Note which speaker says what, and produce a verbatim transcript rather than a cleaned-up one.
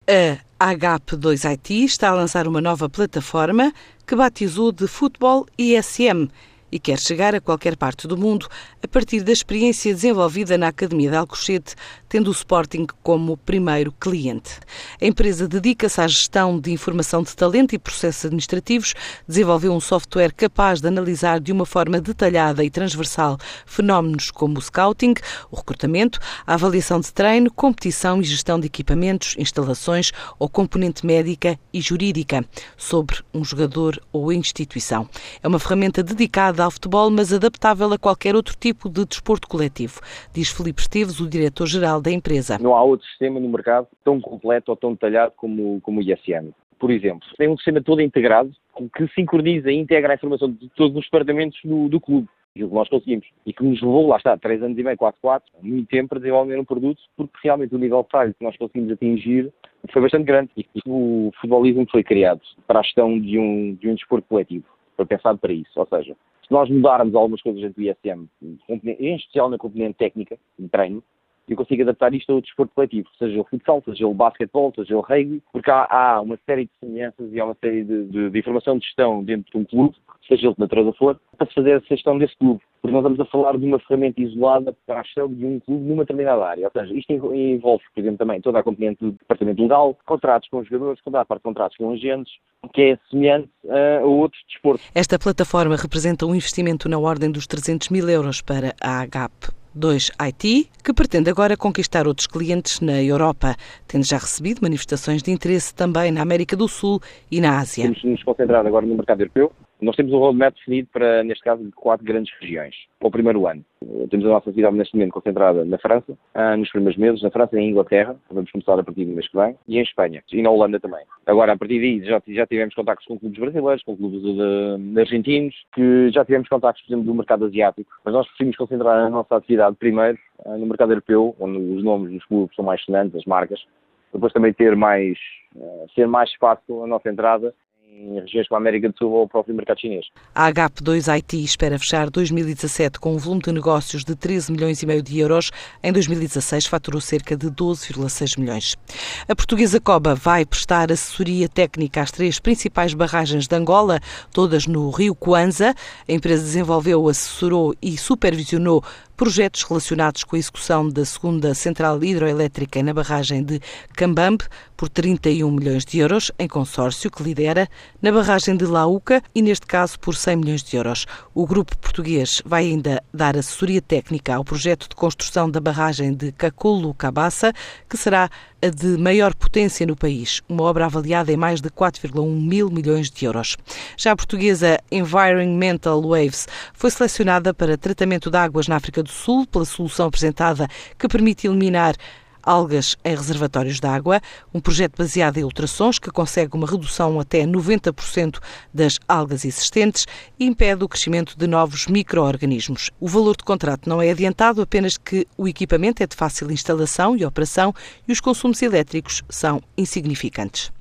Speaker 1: A H P dois I T está a lançar uma nova plataforma que batizou de Futebol I S M e quer chegar a qualquer parte do mundo a partir da experiência desenvolvida na Academia de Alcochete, tendo o Sporting como primeiro cliente. A empresa dedica-se à gestão de informação de talento e processos administrativos, desenvolveu um software capaz de analisar de uma forma detalhada e transversal fenómenos como o scouting, o recrutamento, a avaliação de treino, competição e gestão de equipamentos, instalações ou componente médica e jurídica sobre um jogador ou instituição. É uma ferramenta dedicada ao futebol, mas adaptável a qualquer outro tipo de desporto coletivo, diz Filipe Esteves, o diretor-geral da empresa.
Speaker 2: Não há outro sistema no mercado tão completo ou tão detalhado como, como o I S M. Por exemplo, tem um sistema todo integrado que sincroniza e integra a informação de todos os departamentos do, do clube. Aquilo que nós conseguimos. E que nos levou, lá está, três anos e meio, quatro, quatro, muito tempo para desenvolver um produto, porque realmente o nível de detalhe que nós conseguimos atingir foi bastante grande. E o futebolismo foi criado para a gestão de um, de um desporto coletivo. Foi pensado para isso. Ou seja, se nós mudarmos algumas coisas dentro do I S M, em especial na componente técnica, de treino, eu consigo adaptar isto a outro desporto coletivo, seja o futsal, seja o basquetebol, seja o rugby, porque há, há uma série de semelhanças e há uma série de, de, de informação de gestão dentro de um clube, seja ele de natureza for, para se fazer a gestão desse clube. Porque nós estamos a falar de uma ferramenta isolada para a gestão de um clube numa determinada área. Ou seja, isto envolve, por exemplo, também toda a componente do departamento legal, contratos com os jogadores, toda a parte de contratos com agentes, que é semelhante a outros desportos.
Speaker 1: Esta plataforma representa um investimento na ordem dos trezentos mil euros para a H P dois I T, que pretende agora conquistar outros clientes na Europa, tendo já recebido manifestações de interesse também na América do Sul e na Ásia.
Speaker 2: Temos nos concentrado agora no mercado europeu. Nós temos um roadmap definido para, neste caso, de quatro grandes regiões, para o primeiro ano. Temos a nossa atividade neste momento concentrada na França, nos primeiros meses, na França e em Inglaterra, vamos começar a partir do mês que vem, e em Espanha, e na Holanda também. Agora, a partir daí, já, já tivemos contactos com clubes brasileiros, com clubes de, de argentinos, que já tivemos contactos, por exemplo, do mercado asiático, mas nós preferimos concentrar a nossa atividade primeiro no mercado europeu, onde os nomes dos clubes são mais semelhantes, as marcas, depois também ter mais, ser mais fácil a nossa entrada em regiões como a América do Sul ou o próprio mercado chinês.
Speaker 1: A H P dois I T espera fechar dois mil e dezassete com um volume de negócios de treze milhões e meio de euros. Em dois mil e dezasseis faturou cerca de doze vírgula seis milhões. A portuguesa Coba vai prestar assessoria técnica às três principais barragens de Angola, todas no Rio Cuanza. A empresa desenvolveu, assessorou e supervisionou projetos relacionados com a execução da segunda central hidroelétrica na barragem de Cambambe por trinta e um milhões de euros, em consórcio que lidera, na barragem de Lauca e, neste caso, por cem milhões de euros. O grupo português vai ainda dar assessoria técnica ao projeto de construção da barragem de Caculo-Cabaça, que será a de maior potência no país, uma obra avaliada em mais de quatro vírgula um mil milhões de euros. Já a portuguesa Environmental Waves foi selecionada para tratamento de águas na África do Sul pela solução apresentada que permite eliminar algas em reservatórios de água, um projeto baseado em ultrassons que consegue uma redução até noventa por cento das algas existentes e impede o crescimento de novos micro-organismos. O valor de contrato não é adiantado, apenas que o equipamento é de fácil instalação e operação e os consumos elétricos são insignificantes.